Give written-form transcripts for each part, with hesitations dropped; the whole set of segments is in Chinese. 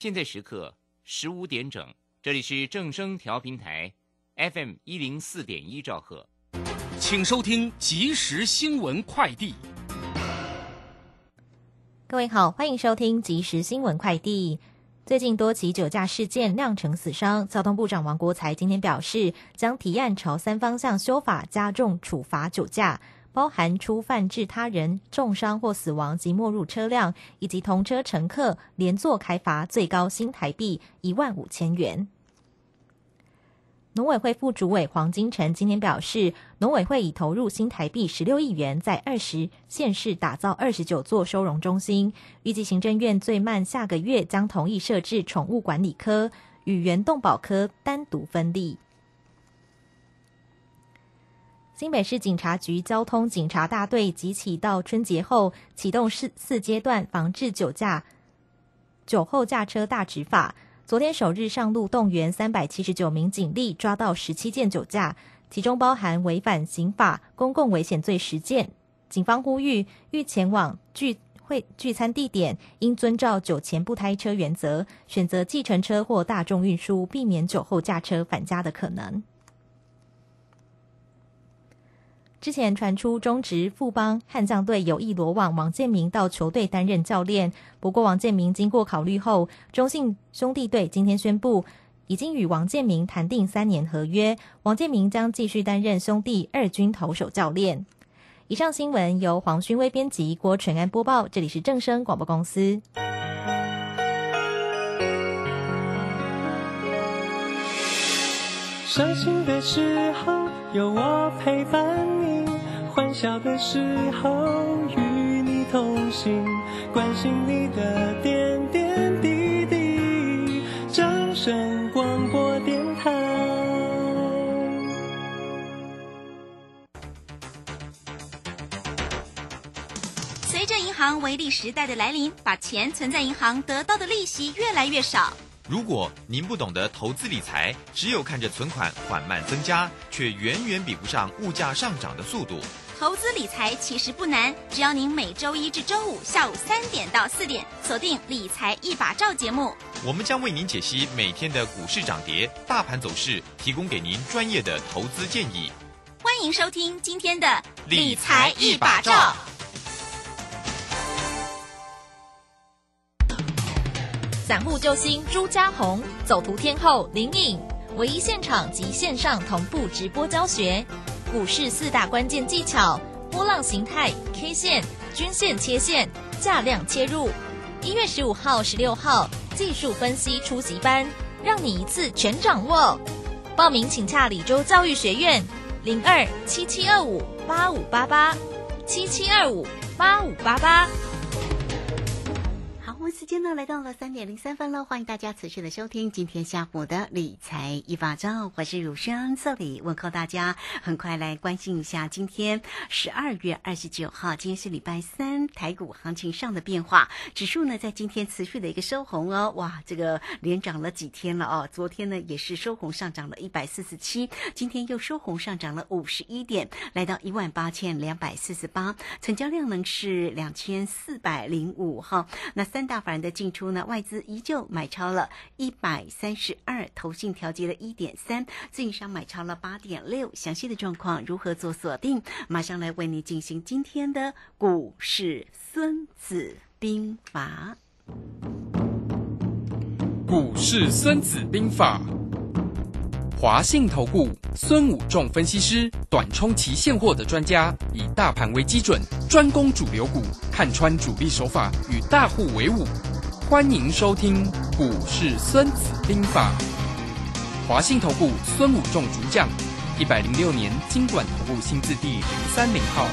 现在时刻15点整，这里是正声调频台 FM 104.1兆赫， 请收听即时新闻快递。 各位好，欢迎收听即时新闻快递。最近多起酒驾事件酿成死伤，交通部长王国材今天表示，将提案朝3方向修法，加重处罚酒驾，包含初犯致他人重伤或死亡及没入车辆，以及同车乘客连坐开罚最高新台币15000元。农委会副主委黄金城今天表示，农委会已投入新台币16亿元，在20县市打造29座收容中心，预计行政院最慢下个月将同意设置宠物管理科与原动保科单独分立。新北市警察局交通警察大队即起到春节后启动4阶段防治酒后驾车大执法。昨天首日上路动员379名警力，抓到17件酒驾，其中包含违反刑法公共危险罪10件。警方呼吁前往聚餐地点应遵照酒前不开车原则，选择计程车或大众运输，避免酒后驾车返家的可能。之前传出中职富邦悍将队有意罗网王建民到球队担任教练，不过王建民经过考虑后，中信兄弟队今天宣布已经与王建民谈定3年合约，王建民将继续担任兄弟2军投手教练。以上新闻由黄勋威编辑，郭纯安播报，这里是正声广播公司。 伤心的时候有我陪伴你，欢笑的时候与你同行，关心你的点点滴滴。正声广播电台。 随着银行微利时代的来临，把钱存在银行得到的利息越来越少。 如果您不懂得投资理财，只有看着存款缓慢增加，却远远比不上物价上涨的速度。 投资理财其实不难，只要您每周1至周5下午3点到4点锁定理财一把照节目， 我们将为您解析每天的股市涨跌、大盘走势，提供给您专业的投资建议。 欢迎收听今天的理财一把照。 散户救星朱家红，走图天后林颖，唯一现场及线上同步直播教学，股市4大关键技巧：波浪形态、K 线、均线切线、价量切入。1月15号、16号技术分析初级班，让你一次全掌握。报名请洽李州教育学院02-7725-8588 7725-8588。 我们时间呢来到了3点03分了，欢迎大家持续的收听今天下午的理财一把照，我是汝轩，这里问候大家。很快来关心一下今天12月29号，今天是礼拜3，台股行情上的变化。指数呢在今天持续的一个收红哦，哇，这个连涨了几天了哦。昨天呢也是收红上涨了147，今天又收红上涨了51点，来到18248，成交量呢是2405哈。那3大法人的进出呢，外资依旧买超了132，投信调节了1.3，自营商买超了8.6。详细的状况如何做锁定？马上来为你进行今天的股市孙子兵法。 股市孙子兵法，华信投顾孙武仲分析师，短冲期现货的专家，以大盘为基准，专攻主流股，看穿主力手法，与大户为伍。欢迎收听股市孙子兵法。华信投顾孙武仲主讲，106年金管投顾新字第030号。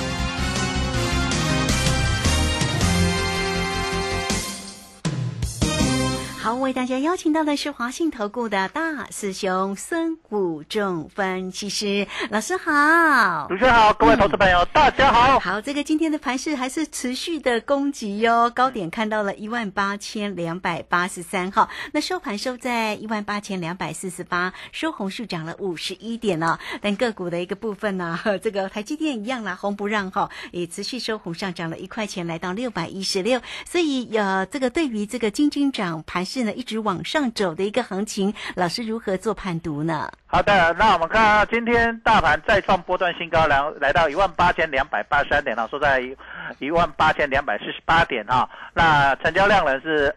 好，为大家邀请到的是华信投顾的大师兄孙武仲分析师老师好。 主持人好，各位投资朋友、大家好。 好，这个今天的盘势还是持续的攻击哟，高点看到了18283号，那收盘收在18248，收红数涨了51点了。但个股的一个部分呢，这个台积电一样啦，红不让哈，也持续收红上涨了1块钱，来到616。所以这个对于这个金涨盘是呢一直往上走的一个行情？老师如何做判读呢？ 好的，那我们看到今天大盘再创波段新高，来到18283点，收在18248点哈。那成交量呢是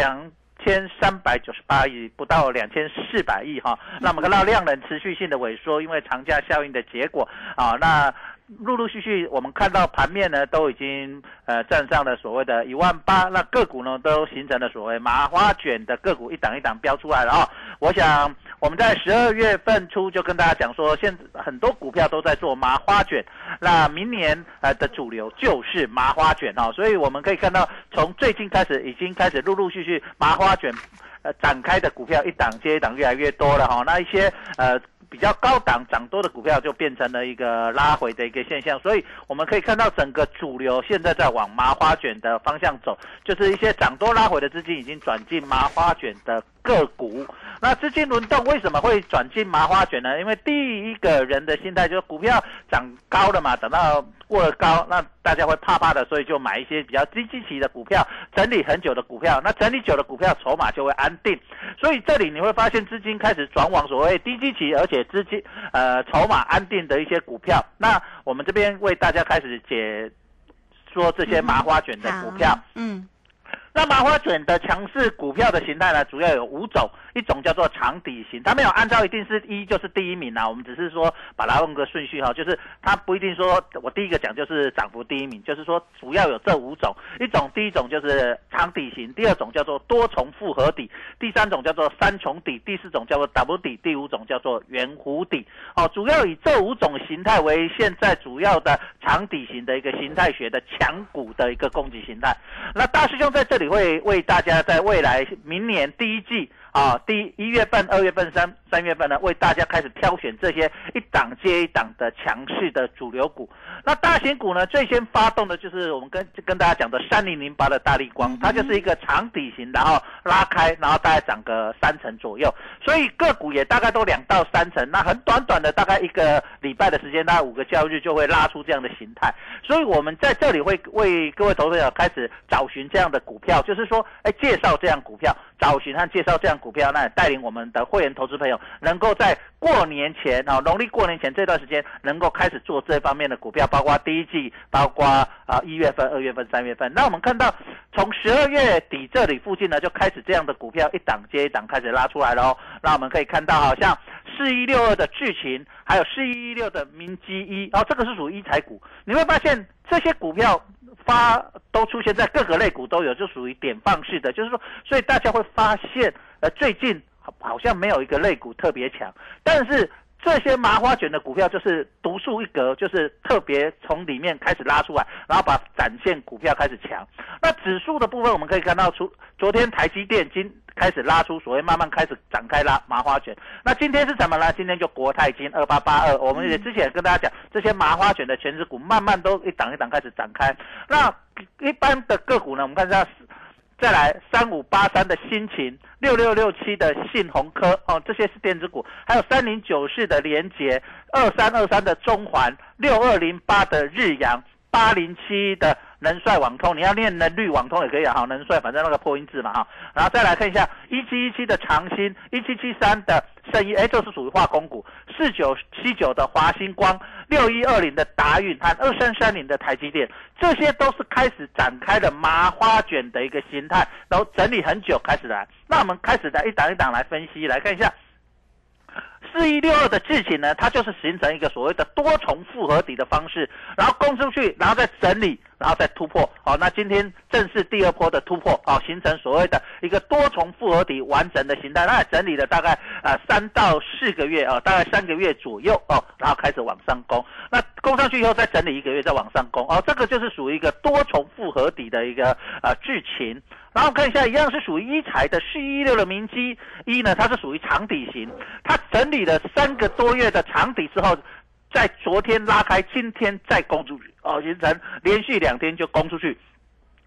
2398亿，不到2400亿哈。那我们看到量能持续性的萎缩，因为长假效应的结果啊。那陆陆续续我们看到盘面呢都已经站上了所谓的18000，那个股呢都形成了所谓麻花卷的个股一档一档标出来了啊。我想我们在12月份初就跟大家讲说，现在很多股票都在做麻花卷，那明年的主流就是麻花卷哈，所以我们可以看到从最近开始已经开始陆陆续续麻花卷展开的股票一档接一档越来越多了哈。那一些比较高档涨多的股票就变成了一个拉回的一个现象，所以我们可以看到整个主流现在在往麻花卷的方向走，就是一些涨多拉回的资金已经转进麻花卷的个股。那资金轮动为什么会转进麻花卷呢？因为第一个人的心态就是股票涨高了嘛，等到过了高，那大家会怕怕的，所以就买一些比较低基期的股票，整理很久的股票，那整理久的股票筹码就会安定，所以这里你会发现资金开始转往所谓低基期而且资金筹码安定的一些股票。那我们这边为大家开始解说这些麻花卷的股票。那麻花卷的强势股票的形态呢，主要有5种，一种叫做长底型，它没有按照一定是就是第一名啊，我们只是说把它用个顺序哈，就是它不一定说我第一个讲就是涨幅第一名，就是说主要有这5种，第一种就是长底型，第二种叫做多重复合底，第三种叫做三重底，第四种叫做 W 底，第5种叫做圆弧底。主要以这5种形态为现在主要的长底型的一个形态学的强股的一个攻击形态。那大师兄在这里会为大家在未来明年第一季第1月份、2月份、3月份呢，为大家开始挑选这些一档接一档的强势的主流股。那大型股呢，最先发动的就是我们跟大家讲的3008的大立光，它就是一个长底型，然后拉开，然后大概涨个3成左右，所以个股也大概都2到3成。那很短的大概1个礼拜的时间，大概5个交易日就会拉出这样的形态。所以我们在这里会为各位投资者开始找寻这样的股票，就是说，介绍这样股票，找寻和介绍这样股票，那也带领我们的会员投资朋友能够在过年前农历过年前这段时间能够开始做这方面的股票，包括第一季，包括1月份、2月份、3月份。那我们看到从12月底这里附近呢，就开始这样的股票一档接一档开始拉出来了哦。那我们可以看到，好像4162的智勤，还有4116的明基一，这个是属于医材股。你会发现这些股票都出现在各个类股都有，就属于点放式的，就是说，所以大家会发现，最近好像没有一个类股特别强，但是这些麻花卷的股票就是独树一格，就是特别从里面开始拉出来，然后把展现股票开始强。那指数的部分我们可以看到，昨天台积电开始拉出所谓慢慢开始展开拉麻花卷。那今天是什么呢？今天就国泰金2882，我们也之前也跟大家讲，这些麻花卷的全指股慢慢都一档一档开始展开。那一般的个股呢，我们看一下，再来3583的新勤，6667的信鸿科，这些是电子股，还有3094的联捷，2323的中环，6208的日阳，807的能帅网通，你要念能绿网通也可以啊，能帅反正那个破音字嘛哈。然后再来看一下1717的长兴，1773的圣一，这是属于化工股，4979的华星光，6120的达运和2330的台积电，这些都是开始展开了麻花卷的一个形态，然后整理很久开始来。那我们开始来一档一档来分析，来看一下。4162的智勤呢，它就是形成一个所谓的多重复合底的方式，然后攻出去，然后再整理，然后再突破。那今天正是第2波的突破，形成所谓的一个多重复合底完整的形态。那整理了大概3到4个月大概3个月左右然后开始往上攻。那攻上去以后再整理1个月再往上攻这个就是属于一个多重复合底的一个智勤。然后看一下，一样是属于医材的4116的明基一呢，它是属于长底型，它整理了3个多月的长底之后，在昨天拉开，今天再攻出去形成连续2天就攻出去。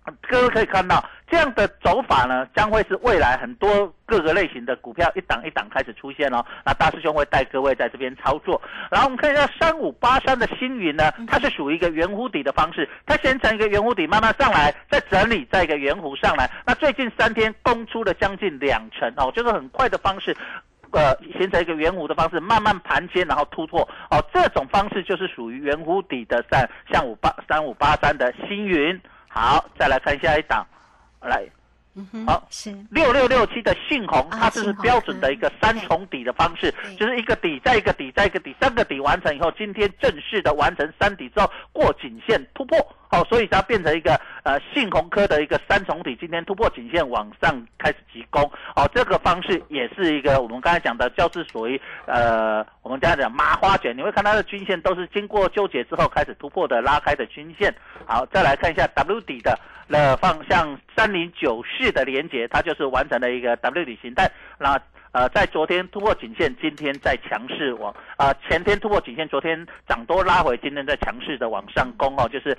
各位可以看到，这样的走法呢，将会是未来很多各个类型的股票一档一档开始出现哦。那大师兄会带各位在这边操作。然后我们看一下3583的星云呢，它是属于一个圆弧底的方式，它形成一个圆弧底，慢慢上来，再整理，再一个圆弧上来。那最近3天攻出了将近2成哦，就是很快的方式。形成一个圆弧的方式，慢慢盘肩，然后突破哦，这种方式就是属于圆弧底的像3583的星云。好，再来看下一档，来，好， 是 6667的信鸿，它这是标准的一个3重底的方式，就是一个底再一个底再一个底，3个底完成以后，今天正式的完成3底之后过颈线突破。哦，所以它变成一个信鸿科的一个3重底，今天突破颈线往上开始急攻。哦，这个方式也是一个我们刚才讲的，就是属于我们刚才讲麻花卷，你会看它的均线都是经过纠结之后开始突破的拉开的均线。好，再来看一下 W 底的方向309.4的连结，它就是完成了一个 W 底形态。那在昨天突破颈线，今天在强势前天突破颈线，昨天涨多拉回，今天在强势的往上攻哦，就是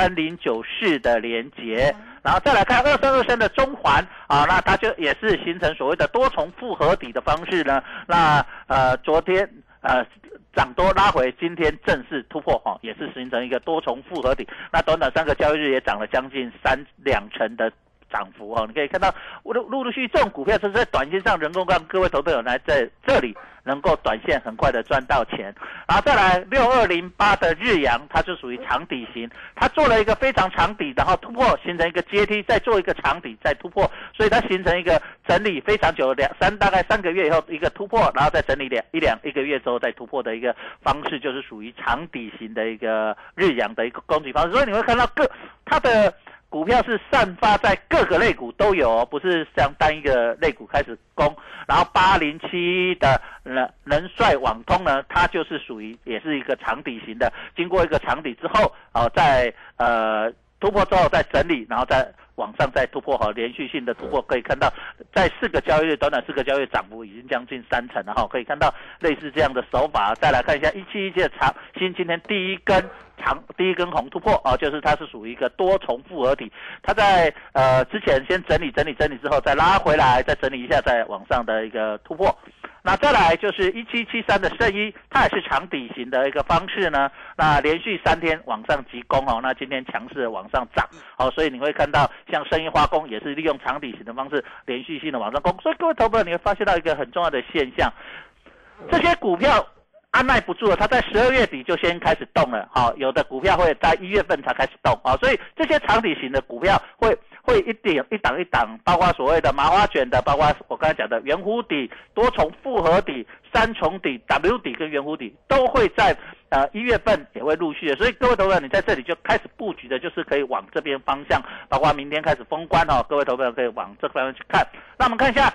309.4的连结。然后再来看2323的中环啊，那它就也是形成所谓的多重复合底的方式呢。那昨天涨多拉回，今天正式突破哈，也是形成一个多重复合底。那短短3个交易日也涨了将近2成的涨幅哦，你可以看到陆续这种股票，就是在短线上能够让各位投资者来在这里能够短线很快的赚到钱。然后再来6208的日阳，它就属于长底型，它做了一个非常长底，然后突破形成一个阶梯，再做一个长底再突破，所以它形成一个整理非常久大概3个月以后一个突破，然后再整理一个月之后再突破的一个方式，就是属于长底型的一个日阳的一个攻击方式。所以你会看到它的股票是散发在各个类股都有哦，不是像单一个类股开始攻。然后807的能帅网通呢，它就是属于也是一个长底型的，经过一个长底之后，在突破之后再整理，然后再往上再突破连续性的突破，可以看到在短短4个交易日涨幅已经将近3成了可以看到类似这样的手法。再来看一下1717的长新，今天第一根红突破就是它是属于一个多重复合体，它在之前先整理之后再拉回来，再整理一下再往上的一个突破。那再来就是1773的圣一，它也是长底型的一个方式呢。那连续3天往上急攻那今天强势的往上涨所以你会看到像圣一化工也是利用长底型的方式连续性的往上攻。所以各位投资者你会发现到一个很重要的现象，这些股票按耐不住了，它在12月底就先开始动了有的股票会在1月份才开始动所以这些长底型的股票会一档一档，包括所谓的麻花卷的，包括我刚才讲的圆弧底、多重复合底、3重底、W 底跟圆弧底，都会在1月份也会陆续的。所以各位投资者，你在这里就开始布局的，就是可以往这边方向，包括明天开始封关各位投资者可以往这方面去看。那我们看一下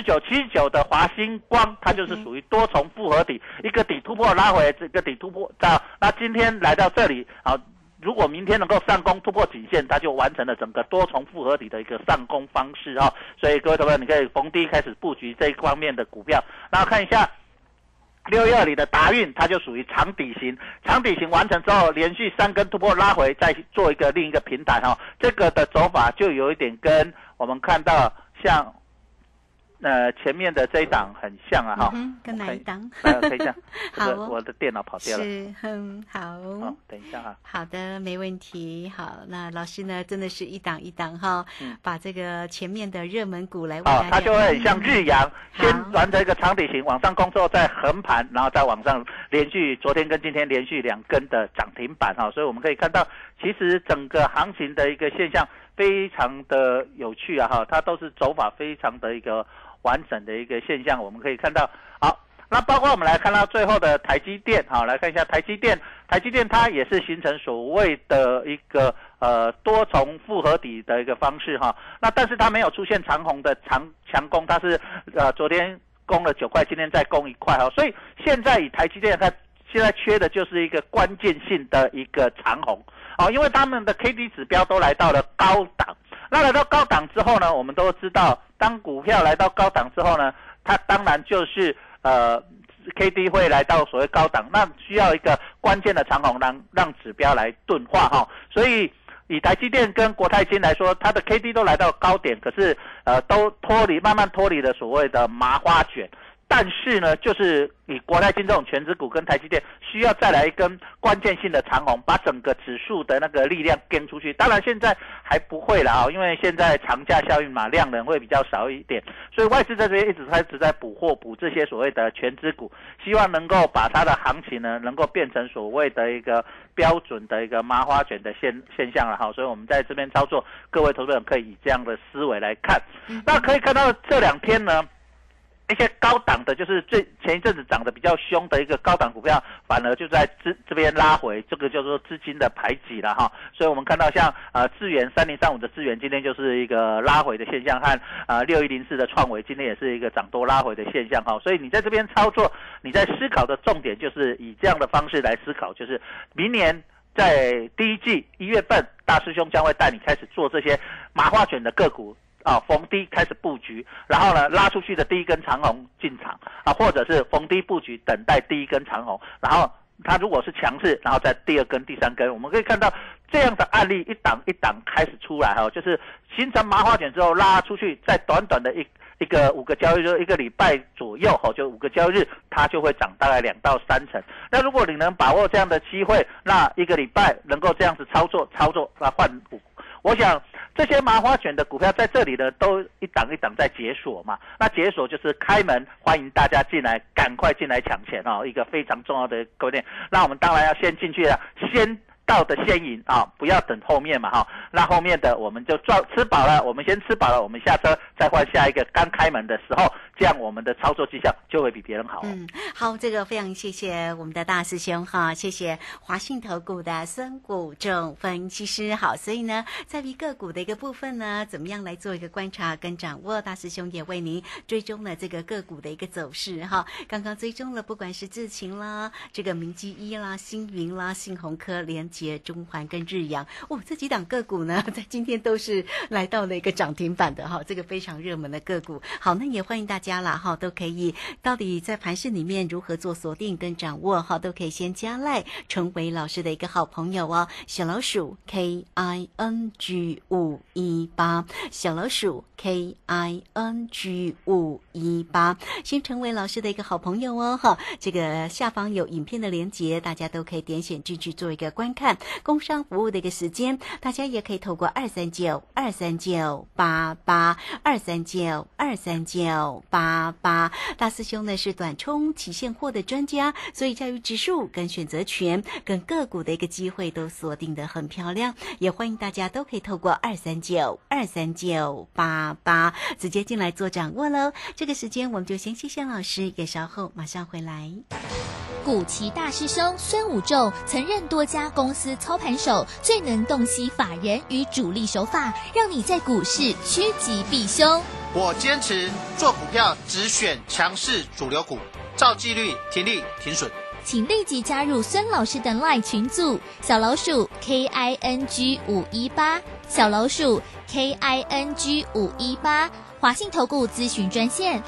4979的华星光，它就是属于多重复合底，一个底突破拉回，这个底突破到，那今天来到这里如果明天能够上攻突破颈线，它就完成了整个多重复合体的一个上攻方式所以各位投资者，你可以逢低开始布局这一方面的股票。然后看一下612的达运，它就属于长底型，长底型完成之后，连续3根突破拉回，再做另一个平台这个的走法就有一点跟我们看到像前面的这一档很像跟哪一档？ 可以这样。 好我的电脑跑掉了。 是，好。 等一下好的，没问题。好，那老师呢，真的是一档一档把这个前面的热门股来为大家。 它就会很像日阳，先完成一个长底型，往上攻之后再横盘，然后再往上连续昨天跟今天连续2根的涨停板所以我们可以看到，其实整个行情的一个现象非常的有趣它都是走法非常的一个完整的一个现象。我们可以看到那包括我们来看到最后的台积电来看一下台积电它也是形成所谓的一个多重复合底的一个方式那但是它没有出现长红的强攻，它是昨天攻了9块，今天再攻1块所以现在以台积电它现在缺的就是一个关键性的一个长红因为他们的 KD 指标都来到了高档。那来到高档之后呢，我们都知道当股票来到高档之后呢，它当然就是KD 会来到所谓高档，那需要一个关键的长红让指标来钝化所以以台积电跟国泰金来说，它的 KD 都来到高点，可是都慢慢脱离了所谓的麻花卷。但是呢，就是以国泰金这种全指股跟台积电，需要再来一根关键性的长红，把整个指数的那个力量跟出去。当然现在还不会了啊，因为现在长假效应嘛，量能会比较少一点，所以外资在这边一直在补货，补这些所谓的全指股，希望能够把它的行情呢，能够变成所谓的一个标准的一个麻花卷的现象了哈。所以我们在这边操作，各位投资人可以以这样的思维来看。那可以看到这2天呢，一些高档的，就是前一阵子涨得比较凶的一个高档股票，反而就在这边拉回，这个叫做资金的排挤了哈。所以我们看到像智原3035的智原今天就是一个拉回的现象，和6104的创惟今天也是一个涨多拉回的现象哈。所以你在这边操作，你在思考的重点就是以这样的方式来思考，就是明年在第一季1月份，大师兄将会带你开始做这些麻花卷的个股。逢低开始布局，然后呢拉出去的第一根长红进场或者是逢低布局等待第一根长红，然后它如果是强势，然后再第2根、第3根，我们可以看到这样的案例一档一档开始出来就是形成麻花卷之后拉出去，在短短的一个5个交易日，1个礼拜左右就5个交易日，它就会涨大概2到3成。那如果你能把握这样的机会，那1个礼拜能够这样子操作，那换股，我想这些麻花卷的股票在这里呢，都一档一档在解锁嘛。那解锁就是开门，欢迎大家进来，赶快进来抢钱一个非常重要的观念。那我们当然要先进去了，先到的先赢不要等后面嘛那后面的我们就吃饱了，我们先吃饱了，我们下车再换下一个刚开门的时候，这样我们的操作绩效就会比别人好。 好，这个非常谢谢我们的大师兄谢谢华信投顾的孙谷仲分析师。好，所以呢，在于个股的一个部分呢，怎么样来做一个观察跟掌握，大师兄也为您追踪了这个个股的一个走势刚刚追踪了不管是智勤啦，这个明基一啦，星云啦，信鸿科、联中环跟日阳这几档个股呢，在今天都是来到了一个涨停板的这个非常热门的个股。好，那也欢迎大家啦都可以到底在盘市里面如何做锁定跟掌握都可以先加赖成为老师的一个好朋友小老鼠 KING518， 小老鼠 KING518， 先成为老师的一个好朋友这个下方有影片的连结，大家都可以点选进去做一个观看。工商服务的一个时间，大家也可以透过239-239-88，239-239-88。大师兄呢是短冲期现货的专家，所以在于指数跟选择权跟个股的一个机会都锁定得很漂亮，也欢迎大家都可以透过239-239-88直接进来做掌握喽。这个时间我们就先谢谢老师，也稍后马上回来。 股期大师兄孙武仲曾任多家公司操盘手，最能洞悉法人与主力手法，让你在股市趋吉避凶。 我坚持做股票只选强势主流股，照纪律停利停损。 请立即加入孙老师的 LINE 群组，小老鼠 KING518， 小老鼠 KING518， 华信投顾咨询专线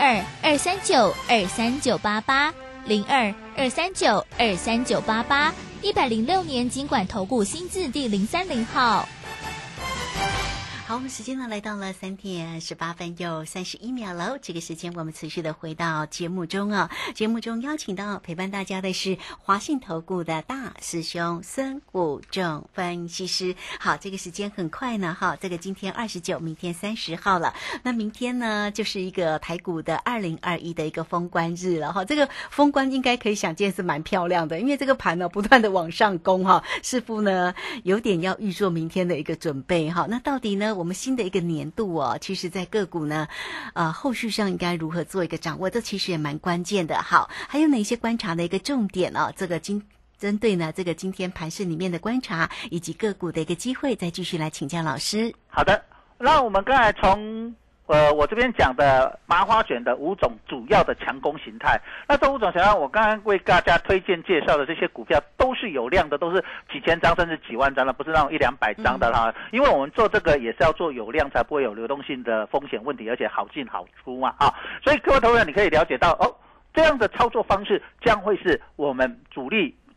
02-239-23988，02-239-23988，106年金管投顾新字第030号。 好，我们时间呢来到了3点18分又31秒了。这个时间我们持续的回到节目中节目中邀请到陪伴大家的是华信投顾的大师兄孙谷仲分析师。好，这个时间很快呢这个今天29，明天30号了。那明天呢就是一个台股的2021的一个封关日了这个封关应该可以想见是蛮漂亮的，因为这个盘呢不断的往上攻似乎呢有点要预做明天的一个准备那到底呢我们新的一个年度其实在个股呢后续上应该如何做一个掌握，这其实也蛮关键的。好，还有哪些观察的一个重点这个针对呢这个今天盘市里面的观察以及个股的一个机会，再继续来请教老师。 好的，那我们刚才从我这边讲的麻花卷的5种主要的强攻形态，那这5种形态我刚刚为大家推荐介绍的这些股票都是有量的，都是几千张甚至几万张的，不是那种100-200张的因为我们做这个也是要做有量，才不会有流动性的风险问题，而且好进好出嘛所以各位投资者你可以了解到这样的操作方式将会是我们主力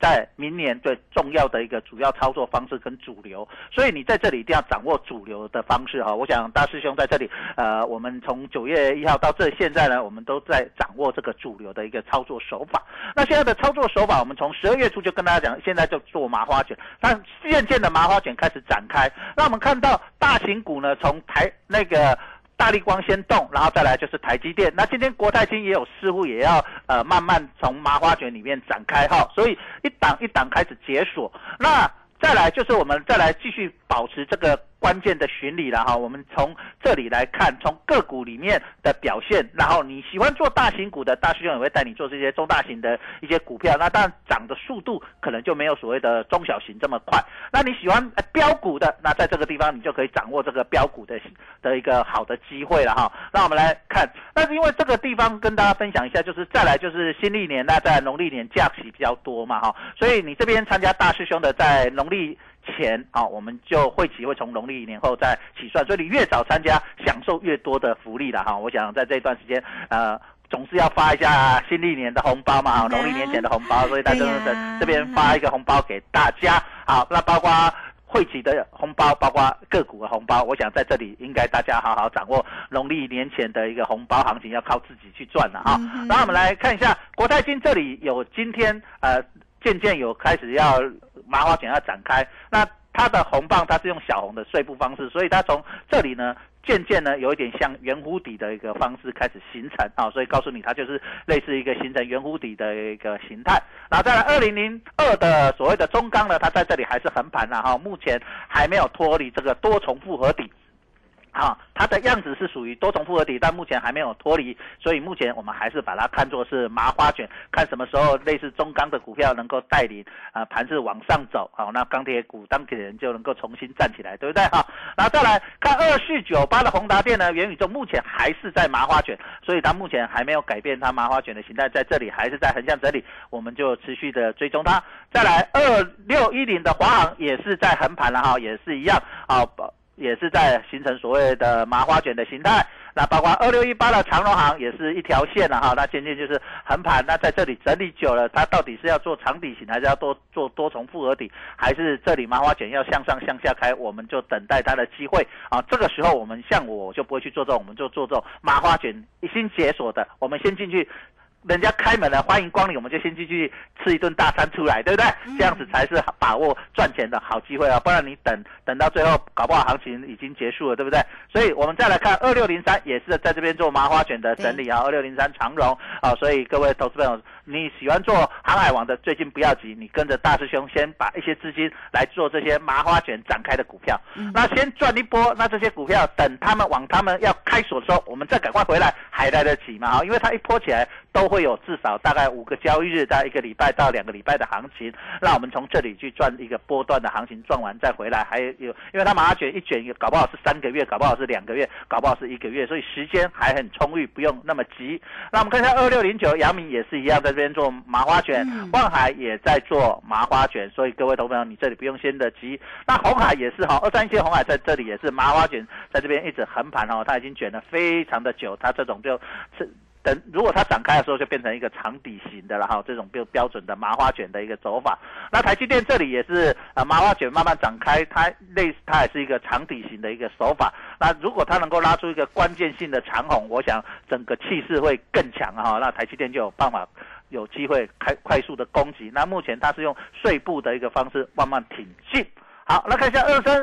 在明年最重要的一个主要操作方式跟主流，所以你在这里一定要掌握主流的方式哈。我想大师兄在这里，我们从9月1号到现在呢，我们都在掌握这个主流的一个操作手法。那现在的操作手法，我们从12月初就跟大家讲，现在就做麻花卷，那渐渐的麻花卷开始展开。那我们看到大型股呢，从大立光先动，然后再来就是台积电。那今天国泰金也有似乎也要慢慢从麻花卷里面展开哈，所以一档一档开始解锁。那再来就是我们再来继续保持这个关键的巡礼了哈，我们从这里来看，从个股里面的表现，然后你喜欢做大型股的，大师兄也会带你做这些中大型的一些股票，那当然涨的速度可能就没有所谓的中小型这么快。那你喜欢标股的，那在这个地方你就可以掌握这个标股的一个好的机会了哈。那我们来看，但是因为这个地方跟大家分享一下，就是再来就是新历年，那在农历年假期比较多嘛哈，所以你这边参加大师兄的在农历前我们就会期会从农历年后再起算，所以你越早参加，享受越多的福利了哈。我想在这段时间，总是要发一下新历年的红包嘛，农历年前的红包，所以在这边发一个红包给大家。好，那包括会期的红包，包括个股的红包，我想在这里应该大家好好掌握农历年前的一个红包行情，要靠自己去赚了哈。然后我们来看一下国泰金，这里有今天渐渐有开始要麻花卷要展开，那它的红棒它是用小红的碎布方式，所以它从这里呢渐渐呢有一点像圆弧底的一个方式开始形成所以告诉你它就是类似一个形成圆弧底的一个形态。然后再来2002的所谓的中钢呢，它在这里还是横盘目前还没有脱离这个多重复合底。它的样子是属于多重复合底，但目前还没有脱离，所以目前我们还是把它看作是麻花卷，看什么时候类似中钢的股票能够带领盘势往上走，那钢铁股当铁人就能够重新站起来，对不对然后再来看2498的宏达电呢，元宇宙目前还是在麻花卷，所以它目前还没有改变它麻花卷的形态，在这里还是在横向整理，我们就持续的追踪它。再来2610的华航也是在横盘了也是一样也是在形成所谓的麻花卷的形态。那包括2618的长荣航也是一条线了那渐渐就是横盘。那在这里整理久了，它到底是要做长底型，还是要做多重复合底，还是这里麻花卷要向上向下开，我们就等待它的机会这个时候我们像我就不会去做这种，我们就做这种麻花卷已经解锁的，我们先进去。人家开门了，欢迎光临，我们就先进去吃一顿大餐出来，对不对？这样子才是把握赚钱的好机会不然你等到最后，搞不好行情已经结束了，对不对？所以我们再来看2603，也是在这边做麻花卷的整理2603长荣所以各位投资朋友，你喜欢做航海王的，最近不要急，你跟着大师兄先把一些资金来做这些麻花卷展开的股票，那先赚一波，那这些股票等他们要开锁的时候，我们再赶快回来，还来得及嘛因为它一波起来都会有至少大概5个交易日，大概1个礼拜到2个礼拜的行情，让我们从这里去赚一个波段的行情，赚完再回来，还有因为它麻花卷一卷搞不好是3个月，搞不好是2个月，搞不好是1个月，所以时间还很充裕，不用那么急。那我们看一下2609阳明也是一样，在这边做麻花卷，万海也在做麻花卷，所以各位投资朋友，你这里不用先的急。那鸿海也是237鸿海在这里也是麻花卷，在这边一直横盘它已经卷了非常的久，它这种就是如果它展开的时候，就变成一个长底型的了这种标准的麻花卷的一个走法。那台积电这里也是麻花卷慢慢展开，它也是一个长底型的一个手法。那如果它能够拉出一个关键性的长红，我想整个气势会更强那台积电就有办法有机会快速的攻击。那目前它是用碎步的一个方式慢慢挺进。好，那看一下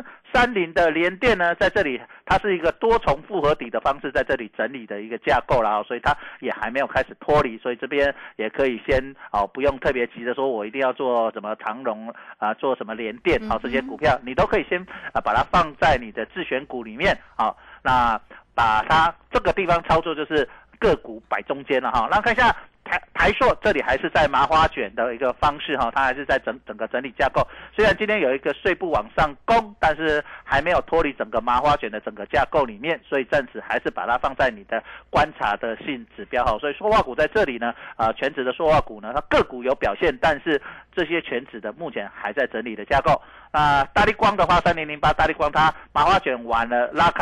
2330的联电呢，在这里它是一个多重复合底的方式，在这里整理的一个架构了所以它也还没有开始脱离，所以这边也可以先不用特别急着说我一定要做什么长荣做什么联电这些股票你都可以先把它放在你的自选股里面那把它这个地方操作就是个股摆中间了那看一下台塑这里还是在麻花卷的一个方式它还是在整个整理架构，虽然今天有一个碎步往上攻，但是还没有脱离整个麻花卷的整个架构里面，所以暂时还是把它放在你的观察的性指标所以塑化股在这里呢全指的塑化股呢，它个股有表现，但是这些全指的目前还在整理的架构。大立光的话3008大立光它麻花卷完了拉开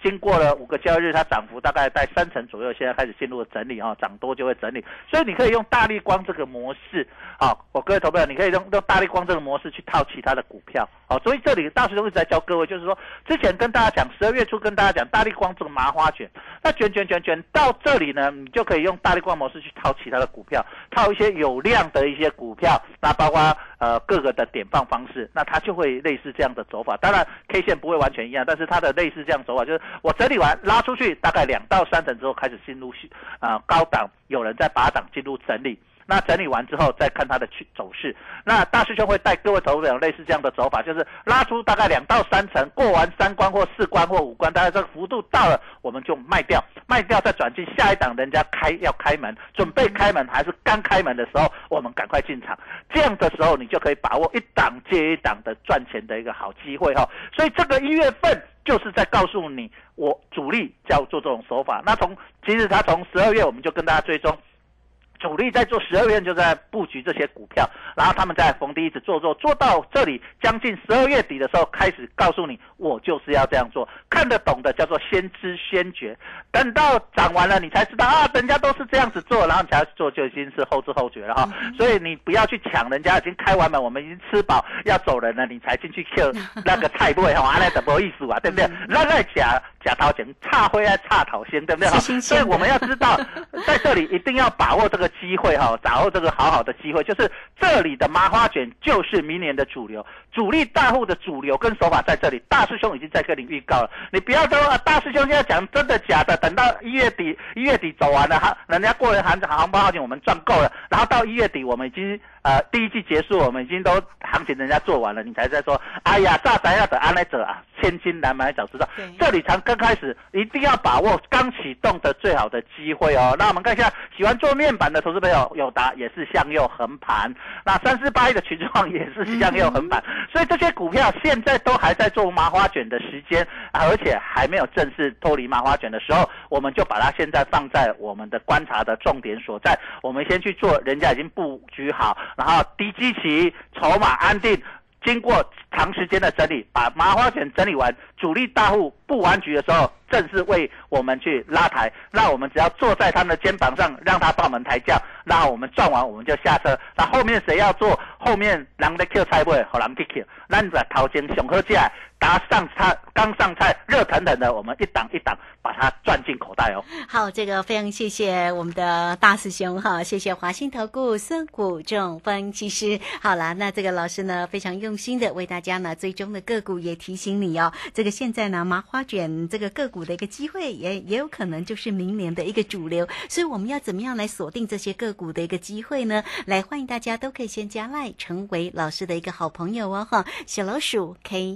经过了5个交易日，它涨幅大概在3成左右，现在开始进入整理啊，涨多就会整理，所以你可以用大立光这个模式啊，各位投票，你可以用大立光这个模式去套其他的股票，好，所以这里大师兄一直在教各位，就是说之前跟大家讲，12月初跟大家讲大立光这个麻花卷，那卷到这里呢，你就可以用大立光模式去套其他的股票，套一些有量的一些股票，那包括各个的点放方式，那它就会类似这样的走法。当然 K 线不会完全一样，但是它的类似这样走法，就是我整理完拉出去大概2到3成之后，开始进入高档，有人在拔档进入整理。那整理完之后再看它的走势，那大师兄会带各位投资者类似这样的走法，就是拉出大概2到3成，过完3关或4关或5关，大概这个幅度到了，我们就卖掉再转进下一档，人家要开门，准备开门还是刚开门的时候，我们赶快进场，这样的时候你就可以把握一档接一档的赚钱的一个好机会哈。所以这个1月份就是在告诉你，我主力要做这种手法。那其实他从12月我们就跟大家追踪。主力在做12月就在布局这些股票，然后他们在逢低一直做到这里将近12月底的时候，开始告诉你我就是要这样做，看得懂的叫做先知先觉，等到涨完了你才知道啊，人家都是这样子做，然后你才要做就已经是后知后觉了哈。所以你不要去抢人家已经开完门，我们已经吃饱要走人了，你才进去 Q 那个菜尾哈，那怎么意思啊？对不对？那在假头前插灰在插头先，对不对？所以我们要知道，在这里一定要把握这个机会哈，掌握这个好的机会，就是这里的麻花卷就是明年的主流，主力大户的主流跟手法在这里。大师兄已经在跟你预告了，你不要说大师兄现在讲真的假的，等到1月底走完了，人家过人航班行情我们赚够了，然后到1月底我们已经第一季结束，我们已经都行情人家做完了，你才在说哎呀炸咱要的安来者啊，千金难买早知道，这里才刚开始，一定要把握刚启动的最好的机会哦。那我们看一下喜欢做面板的投资朋友，友达也是向右横盘，那3481的群创也是向右横盘，所以这些股票现在都还在做麻花卷的时间，而且还没有正式脱离麻花卷的时候，我们就把它现在放在我们的观察的重点所在，我们先去做人家已经布局好，然后低基期筹码安定，经过长时间的整理，把麻花卷整理完，主力大户布完局的时候，正式为我们去拉抬，那我们只要坐在他们的肩膀上，让他帮我们抬轿，然后我们赚完我们就下车。那后面谁要做？后面人在 Q 菜尾，好人去 Q， 咱在头前上好价，刚上菜热腾腾的，我们一档一档把它赚进口袋哦。 好，这个非常谢谢我们的大师兄哈，谢谢华信投顾孙谷仲分析师。好啦，那这个老师呢非常用心的为大家呢追踪的个股也提醒你哦，这个现在呢麻花卷这个个股的一个机会也有可能就是明年的一个主流，所以我们要怎么样来锁定这些个股的一个机会呢？来，欢迎大家都可以先加赖成为老师的一个好朋友哦哈，小老鼠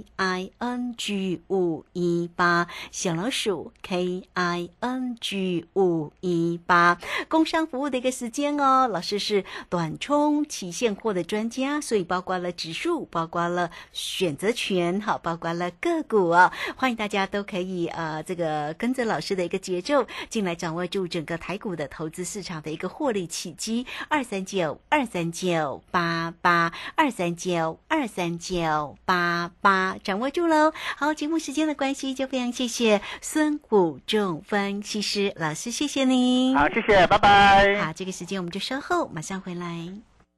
KING518， 小老鼠 KING518， 工商服务的一个时间哦，老师是短冲期现货的专家，所以包括了指数，包括了选择权，好，包括了个股哦，欢迎大家都可以这个跟着老师的一个节奏进来，掌握住整个台股的投资市场的一个获利契机。239-239-88239-239-888，掌握住喽。好，节目时间的关系，就非常谢谢孙谷仲分析师老师，谢谢您。 好，谢谢，拜拜。 好，这个时间我们就稍后马上回来。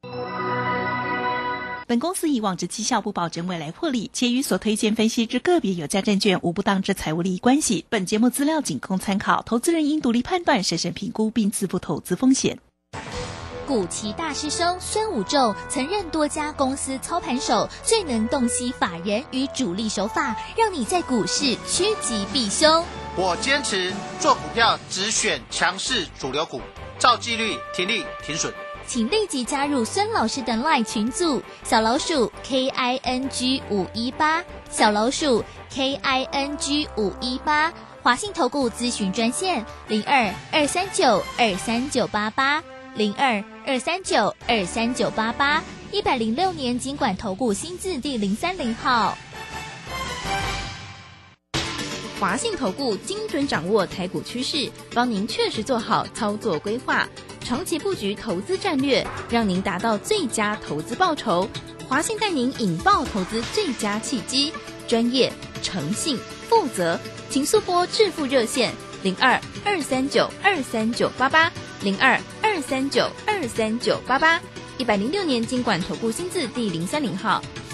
本公司以往之绩效不保证未来获利，且与所推荐分析之个别有价证券无不当之财务利益关系。本节目资料仅供参考，投资人应独立判断、审慎评估并自负投资风险。 古奇大师兄孙武仲曾任多家公司操盘手，最能洞悉法人与主力手法，让你在股市趋吉避凶。 我坚持做股票只选强势主流股，照纪律，停利停损。 请立即加入孙老师的 LINE 群组，小老鼠 KING518， 小老鼠 KING518， 华信投顾咨询专线02-239-23988。02-239-23988， 106年金管投顾新字第030号。 华信投顾精准掌握台股趋势，帮您确实做好操作规划，长期布局投资战略，让您达到最佳投资报酬。华信带您引爆投资最佳契机，专业、诚信、 负责，请速拨致富热线02-239-23988 02-239-23988，106年金管投顾新字第030号。